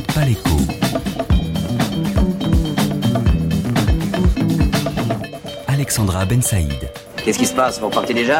n'arrête pas l'écho. Alexandra Ben Saïd. Qu'est-ce qui se passe? Vous repartez déjà?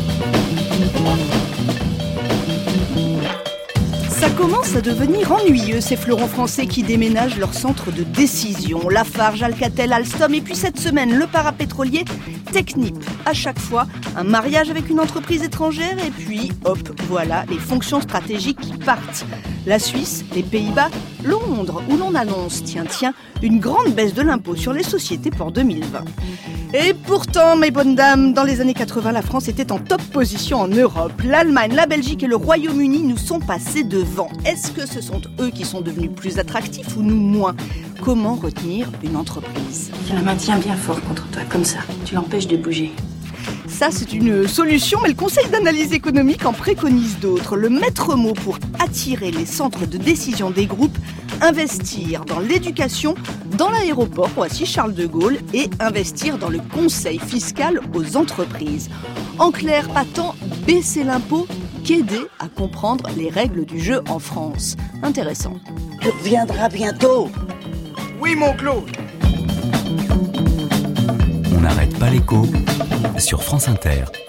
Ça commence à devenir ennuyeux, ces fleurons français qui déménagent leur centre de décision. Lafarge, Alcatel, Alstom et puis cette semaine, le parapétrolier Technip. À chaque fois, un mariage avec une entreprise étrangère et puis, hop, voilà, les fonctions stratégiques qui partent. La Suisse, les Pays-Bas, Londres, où l'on annonce, tiens, une grande baisse de l'impôt sur les sociétés pour 2020. Et pourtant, mes bonnes dames, dans les années 80, la France était en top position en Europe. L'Allemagne, la Belgique et le Royaume-Uni nous sont passés devant. Est-ce que ce sont eux qui sont devenus plus attractifs ou nous moins ? Comment retenir une entreprise ? Tu la maintiens bien fort contre toi, comme ça. Tu l'empêches de bouger. Ça, c'est une solution, mais le Conseil d'analyse économique en préconise d'autres. Le maître mot pour attirer les centres de décision des groupes, investir dans l'éducation, dans l'aéroport Roissy-Charles de Gaulle et investir dans le conseil fiscal aux entreprises. En clair, pas tant baisser l'impôt qu'aider à comprendre les règles du jeu en France. Intéressant. Tu reviendras bientôt. Oui, mon Claude. On n'arrête pas l'écho sur France Inter.